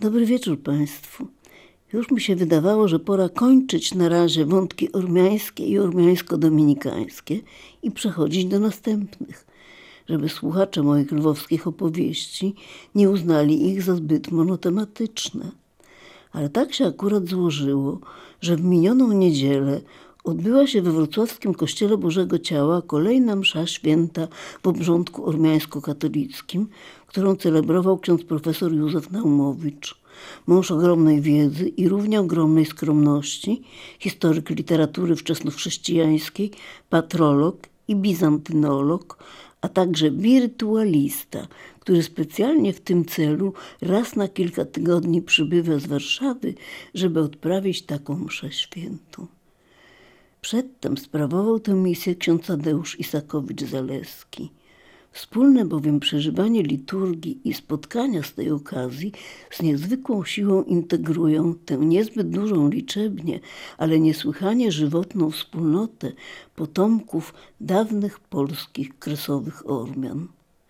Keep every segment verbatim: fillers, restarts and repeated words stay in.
Dobry wieczór Państwu. Już mi się wydawało, że pora kończyć na razie wątki ormiańskie i ormiańsko-dominikańskie i przechodzić do następnych, żeby słuchacze moich lwowskich opowieści nie uznali ich za zbyt monotematyczne. Ale tak się akurat złożyło, że w minioną niedzielę odbyła się we wrocławskim Kościele Bożego Ciała kolejna msza święta w obrządku ormiańsko-katolickim, którą celebrował ksiądz profesor Józef Naumowicz, mąż ogromnej wiedzy i równie ogromnej skromności, historyk literatury wczesnochrześcijańskiej, patrolog i bizantynolog, a także wirtualista, który specjalnie w tym celu raz na kilka tygodni przybywa z Warszawy, żeby odprawić taką mszę świętą. Przedtem sprawował tę misję ksiądz Tadeusz Isakowicz-Zaleski. Wspólne bowiem przeżywanie liturgii i spotkania z tej okazji z niezwykłą siłą integrują tę niezbyt dużą liczebnie, ale niesłychanie żywotną wspólnotę potomków dawnych polskich kresowych Ormian.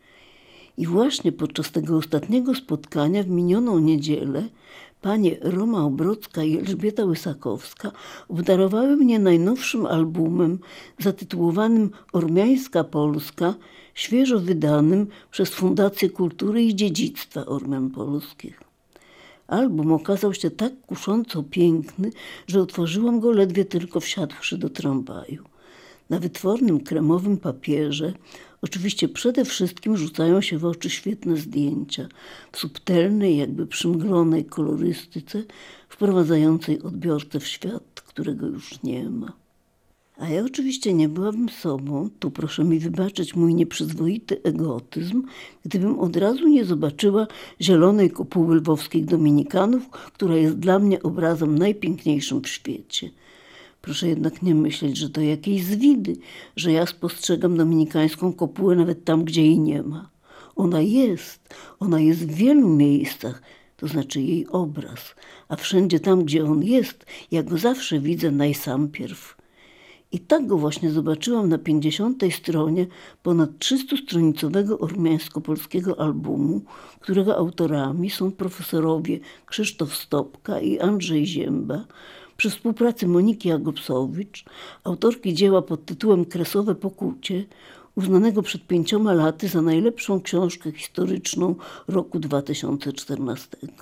I właśnie podczas tego ostatniego spotkania w minioną niedzielę panie Roma Obrocka i Elżbieta Łysakowska obdarowały mnie najnowszym albumem zatytułowanym Ormiańska Polska, świeżo wydanym przez Fundację Kultury i Dziedzictwa Ormian Polskich. Album okazał się tak kusząco piękny, że otworzyłam go ledwie tylko wsiadłszy do tramwaju. Na wytwornym kremowym papierze oczywiście przede wszystkim rzucają się w oczy świetne zdjęcia w subtelnej, jakby przymglonej kolorystyce, wprowadzającej odbiorcę w świat, którego już nie ma. A ja oczywiście nie byłabym sobą, tu proszę mi wybaczyć mój nieprzyzwoity egotyzm, gdybym od razu nie zobaczyła zielonej kopuły lwowskich dominikanów, która jest dla mnie obrazem najpiękniejszym w świecie. Proszę jednak nie myśleć, że to jakieś zwidy, że ja spostrzegam dominikańską kopułę nawet tam, gdzie jej nie ma. Ona jest, ona jest w wielu miejscach, to znaczy jej obraz, a wszędzie tam, gdzie on jest, ja go zawsze widzę najsampierw. I tak go właśnie zobaczyłam na pięćdziesiątej stronie ponad trzystutronicowego ormiańsko-polskiego albumu, którego autorami są profesorowie Krzysztof Stopka i Andrzej Zięba, przy współpracy Moniki Jagobsowicz, autorki dzieła pod tytułem Kresowe pokucie, uznanego przed pięcioma laty za najlepszą książkę historyczną roku dwa tysiące czternastego.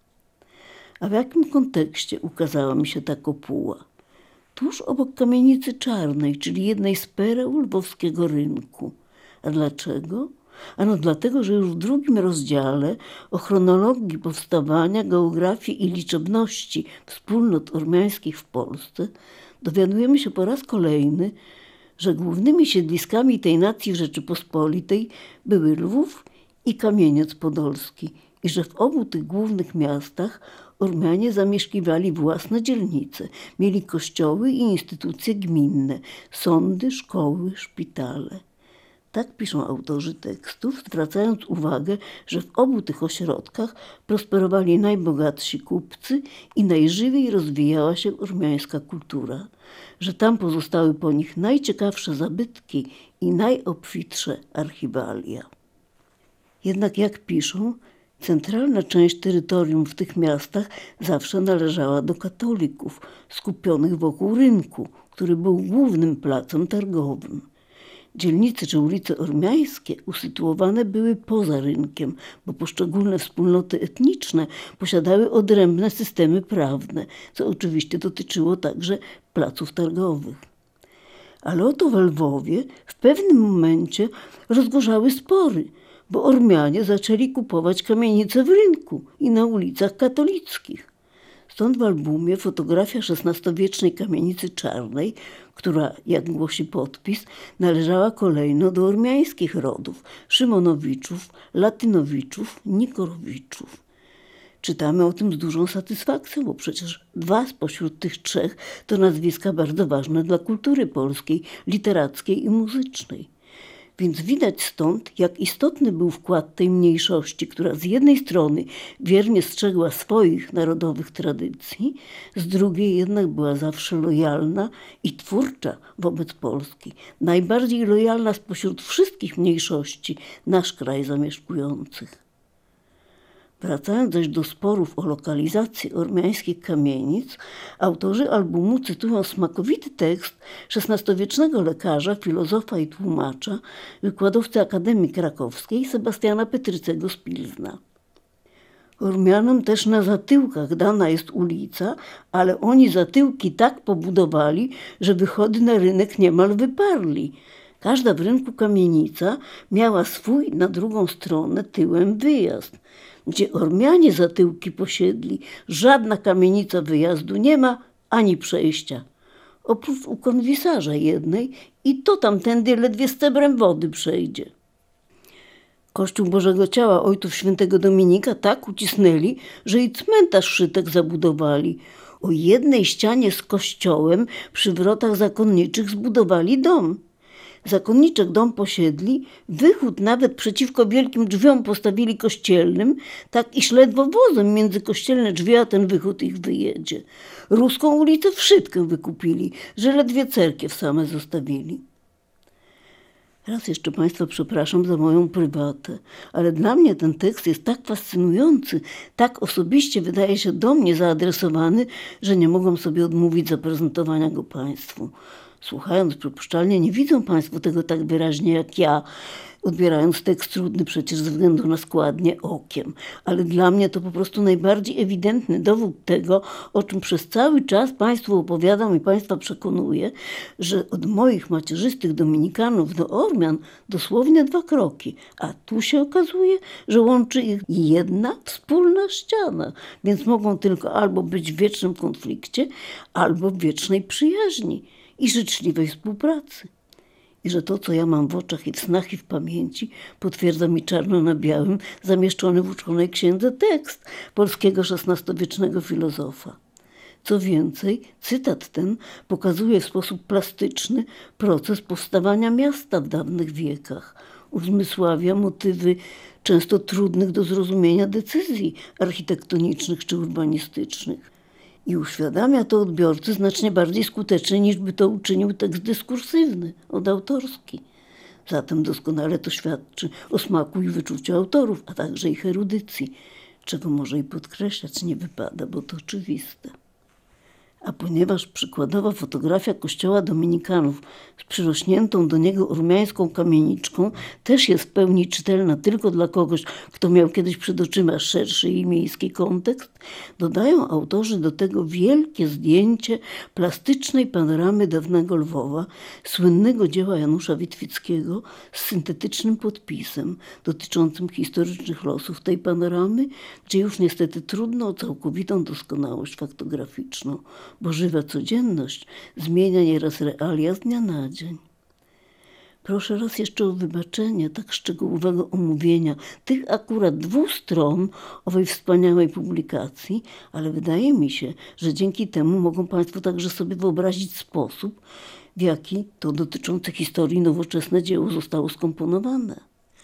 A w jakim kontekście ukazała mi się ta kopuła? Tuż obok Kamienicy Czarnej, czyli jednej z pereł lwowskiego rynku. A dlaczego? Ano dlatego, że już w drugim rozdziale o chronologii powstawania, geografii i liczebności wspólnot ormiańskich w Polsce dowiadujemy się po raz kolejny, że głównymi siedliskami tej nacji w Rzeczypospolitej były Lwów i Kamieniec Podolski i że w obu tych głównych miastach Ormianie zamieszkiwali własne dzielnice, mieli kościoły i instytucje gminne, sądy, szkoły, szpitale. Tak piszą autorzy tekstów, zwracając uwagę, że w obu tych ośrodkach prosperowali najbogatsi kupcy i najżywiej rozwijała się ormiańska kultura, że tam pozostały po nich najciekawsze zabytki i najobfitsze archiwalia. Jednak jak piszą, centralna część terytorium w tych miastach zawsze należała do katolików, skupionych wokół rynku, który był głównym placem targowym. Dzielnice czy ulice ormiańskie usytuowane były poza rynkiem, bo poszczególne wspólnoty etniczne posiadały odrębne systemy prawne, co oczywiście dotyczyło także placów targowych. Ale oto we Lwowie w pewnym momencie rozgorzały spory, bo Ormianie zaczęli kupować kamienice w rynku i na ulicach katolickich. Stąd w albumie fotografia szesnastowiecznej Kamienicy Czarnej, która, jak głosi podpis, należała kolejno do ormiańskich rodów Szymonowiczów, Latynowiczów, Nikorowiczów. Czytamy o tym z dużą satysfakcją, bo przecież dwa spośród tych trzech to nazwiska bardzo ważne dla kultury polskiej, literackiej i muzycznej. Więc widać stąd, jak istotny był wkład tej mniejszości, która z jednej strony wiernie strzegła swoich narodowych tradycji, z drugiej jednak była zawsze lojalna i twórcza wobec Polski. Najbardziej lojalna spośród wszystkich mniejszości nasz kraj zamieszkujących. Wracając zaś do sporów o lokalizację ormiańskich kamienic, autorzy albumu cytują smakowity tekst szesnastowiecznego lekarza, filozofa i tłumacza, wykładowcy Akademii Krakowskiej Sebastiana Petrycego z Pilzna. Ormianom też na Zatyłkach dana jest ulica, ale oni Zatyłki tak pobudowali, że wychody na rynek niemal wyparli. Każda w rynku kamienica miała swój na drugą stronę tyłem wyjazd. Gdzie Ormianie Zatyłki posiedli, żadna kamienica wyjazdu nie ma, ani przejścia. Oprócz u konwisarza jednej i to tamtędy ledwie stebrem wody przejdzie. Kościół Bożego Ciała ojców świętego Dominika tak ucisnęli, że i cmentarz szytek zabudowali. O jednej ścianie z kościołem przy wrotach zakonniczych zbudowali dom. Zakonniczek dom posiedli, wychód nawet przeciwko wielkim drzwiom postawili kościelnym, tak iż ledwo wozem między kościelne drzwi a ten wychód ich wyjedzie. Ruską ulicę w Szytkę wykupili, że ledwie cerkiew same zostawili. Raz jeszcze Państwa przepraszam za moją prywatę, ale dla mnie ten tekst jest tak fascynujący, tak osobiście wydaje się do mnie zaadresowany, że nie mogłam sobie odmówić zaprezentowania go Państwu. Słuchając przypuszczalnie, nie widzą Państwo tego tak wyraźnie jak ja, odbierając tekst trudny przecież ze względu na składnię okiem. Ale dla mnie to po prostu najbardziej ewidentny dowód tego, o czym przez cały czas Państwu opowiadam i Państwa przekonuję, że od moich macierzystych dominikanów do Ormian dosłownie dwa kroki. A tu się okazuje, że łączy ich jedna wspólna ściana, więc mogą tylko albo być w wiecznym konflikcie, albo w wiecznej przyjaźni i życzliwej współpracy. I że to, co ja mam w oczach i w snach i w pamięci, potwierdza mi czarno na białym zamieszczony w uczonej księdze tekst polskiego szesnastowiecznego filozofa. Co więcej, cytat ten pokazuje w sposób plastyczny proces powstawania miasta w dawnych wiekach. Uzmysławia motywy często trudnych do zrozumienia decyzji architektonicznych czy urbanistycznych. I uświadamia to odbiorcy znacznie bardziej skutecznie, niż by to uczynił tekst dyskursywny, odautorski. Zatem doskonale to świadczy o smaku i wyczuciu autorów, a także ich erudycji, czego może i podkreślać nie wypada, bo to oczywiste. A ponieważ przykładowa fotografia kościoła dominikanów z przyrośniętą do niego ormiańską kamieniczką też jest w pełni czytelna tylko dla kogoś, kto miał kiedyś przed oczyma szerszy i miejski kontekst, dodają autorzy do tego wielkie zdjęcie plastycznej panoramy dawnego Lwowa, słynnego dzieła Janusza Witwickiego z syntetycznym podpisem dotyczącym historycznych losów tej panoramy, gdzie już niestety trudno o całkowitą doskonałość faktograficzną, bo żywa codzienność zmienia nieraz realia z dnia na dzień. Proszę raz jeszcze o wybaczenie tak szczegółowego omówienia tych akurat dwóch stron owej wspaniałej publikacji, ale wydaje mi się, że dzięki temu mogą Państwo także sobie wyobrazić sposób, w jaki to dotyczące historii nowoczesne dzieło zostało skomponowane.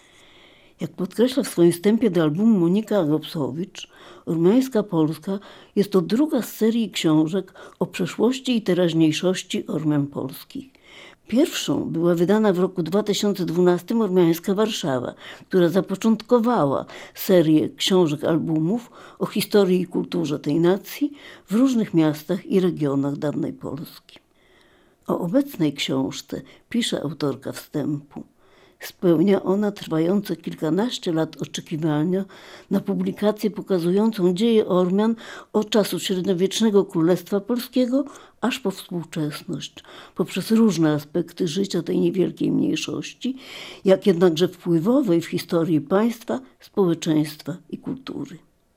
Jak podkreśla w swoim wstępie do albumu Monika Agapsowicz, Ormiańska Polska jest to druga z serii książek o przeszłości i teraźniejszości Ormian polskich. Pierwszą była wydana w roku dwa tysiące dwunastym Ormiańska Warszawa, która zapoczątkowała serię książek albumów o historii i kulturze tej nacji w różnych miastach i regionach dawnej Polski. O obecnej książce pisze autorka wstępu. Spełnia ona trwające kilkanaście lat oczekiwania na publikację pokazującą dzieje Ormian od czasu średniowiecznego Królestwa Polskiego aż po współczesność, poprzez różne aspekty życia tej niewielkiej mniejszości, jak jednakże wpływowej w historii państwa, społeczeństwa i kultury.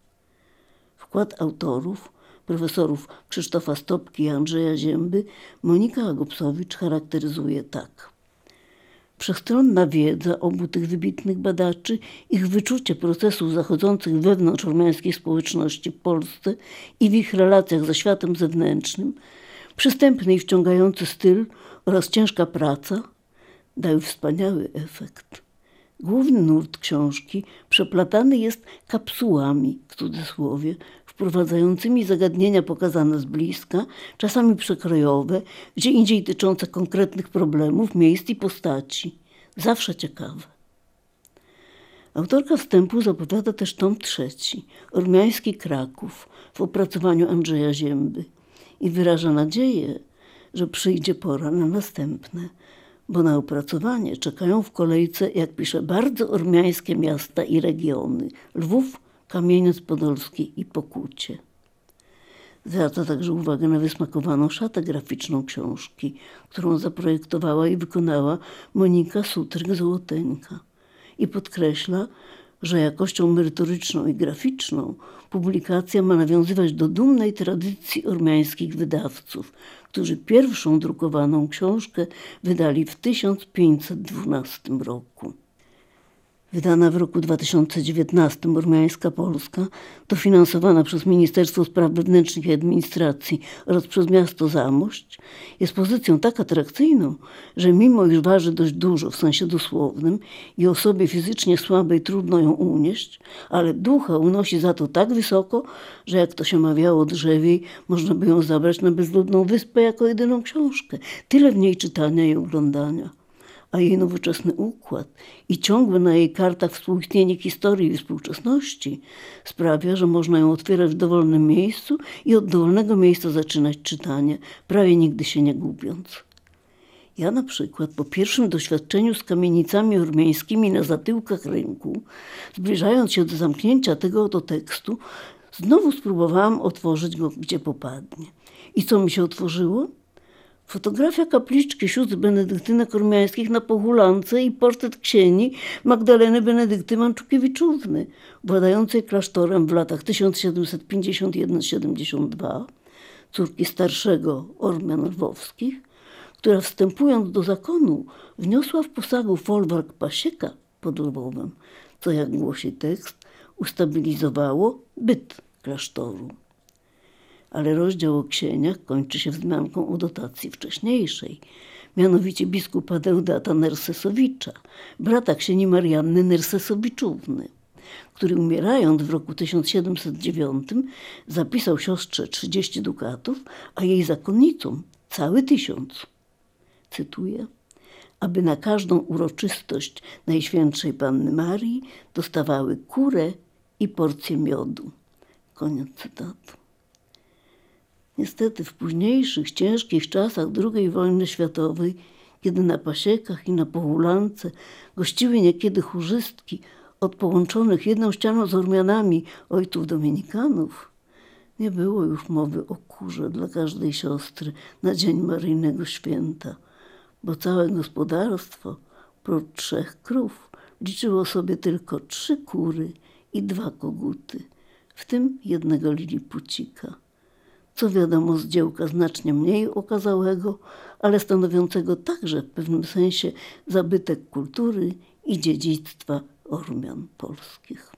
Wkład autorów, profesorów Krzysztofa Stopki i Andrzeja Zięby, Monika Agapsowicz charakteryzuje tak. Wszechstronna wiedza obu tych wybitnych badaczy, ich wyczucie procesów zachodzących wewnątrz ormiańskiej społeczności w Polsce i w ich relacjach ze światem zewnętrznym, przystępny i wciągający styl oraz ciężka praca dają wspaniały efekt. Główny nurt książki przeplatany jest kapsułami, w cudzysłowie, wprowadzającymi zagadnienia pokazane z bliska, czasami przekrojowe, gdzie indziej tyczące konkretnych problemów, miejsc i postaci. Zawsze ciekawe. Autorka wstępu zapowiada też tom trzeci, Ormiański Kraków, w opracowaniu Andrzeja Zięby i wyraża nadzieję, że przyjdzie pora na następne, bo na opracowanie czekają w kolejce, jak pisze, bardzo ormiańskie miasta i regiony: Lwów, Kamieniec Podolski i Pokucie. Zwraca także uwagę na wysmakowaną szatę graficzną książki, którą zaprojektowała i wykonała Monika Sutryk-Złoteńka, i podkreśla, że jakością merytoryczną i graficzną publikacja ma nawiązywać do dumnej tradycji ormiańskich wydawców, którzy pierwszą drukowaną książkę wydali w tysiąc pięćset dwunastym roku. Wydana w roku dwa tysiące dziewiętnastym Ormiańska Polska, dofinansowana przez Ministerstwo Spraw Wewnętrznych i Administracji oraz przez miasto Zamość, jest pozycją tak atrakcyjną, że mimo iż waży dość dużo w sensie dosłownym i osobie fizycznie słabej trudno ją unieść, ale ducha unosi za to tak wysoko, że jak to się mawiało drzewiej, można by ją zabrać na bezludną wyspę jako jedyną książkę. Tyle w niej czytania i oglądania. A jej nowoczesny układ i ciągłe na jej kartach współistnienie historii i współczesności sprawia, że można ją otwierać w dowolnym miejscu i od dowolnego miejsca zaczynać czytanie, prawie nigdy się nie gubiąc. Ja na przykład po pierwszym doświadczeniu z kamienicami ormiańskimi na zatyłkach rynku, zbliżając się do zamknięcia tego oto tekstu, znowu spróbowałam otworzyć go gdzie popadnie. I co mi się otworzyło? Fotografia kapliczki sióstr benedyktynek ormiańskich na Pochulance i portret ksieni Magdaleny Benedykty Manczukiewiczówny, władającej klasztorem w latach tysiąc siedemset pięćdziesiąt jeden do siedemdziesiąt dwa, córki starszego Ormian Lwowskich, która wstępując do zakonu wniosła w posagu folwark Pasieka pod Lwowem, co, jak głosi tekst, ustabilizowało byt klasztoru. Ale rozdział o ksieniach kończy się wzmianką o dotacji wcześniejszej, mianowicie biskupa Deodata Nersesowicza, brata ksieni Marianny Nersesowiczówny, który umierając w roku tysiąc siedemset dziewiątym zapisał siostrze trzydzieści dukatów, a jej zakonnicom cały tysiąc. Cytuję: aby na każdą uroczystość Najświętszej Panny Marii dostawały kurę i porcję miodu. Koniec cytatu. Niestety w późniejszych, ciężkich czasach drugiej wojny światowej, kiedy na Pasiekach i na Pochulance gościły niekiedy chórzystki od połączonych jedną ścianą z Ormianami ojców dominikanów, nie było już mowy o kurze dla każdej siostry na dzień maryjnego święta, bo całe gospodarstwo, prócz trzech krów, liczyło sobie tylko trzy kury i dwa koguty, w tym jednego lilipucika. Co wiadomo z dziełka znacznie mniej okazałego, ale stanowiącego także w pewnym sensie zabytek kultury i dziedzictwa Ormian polskich.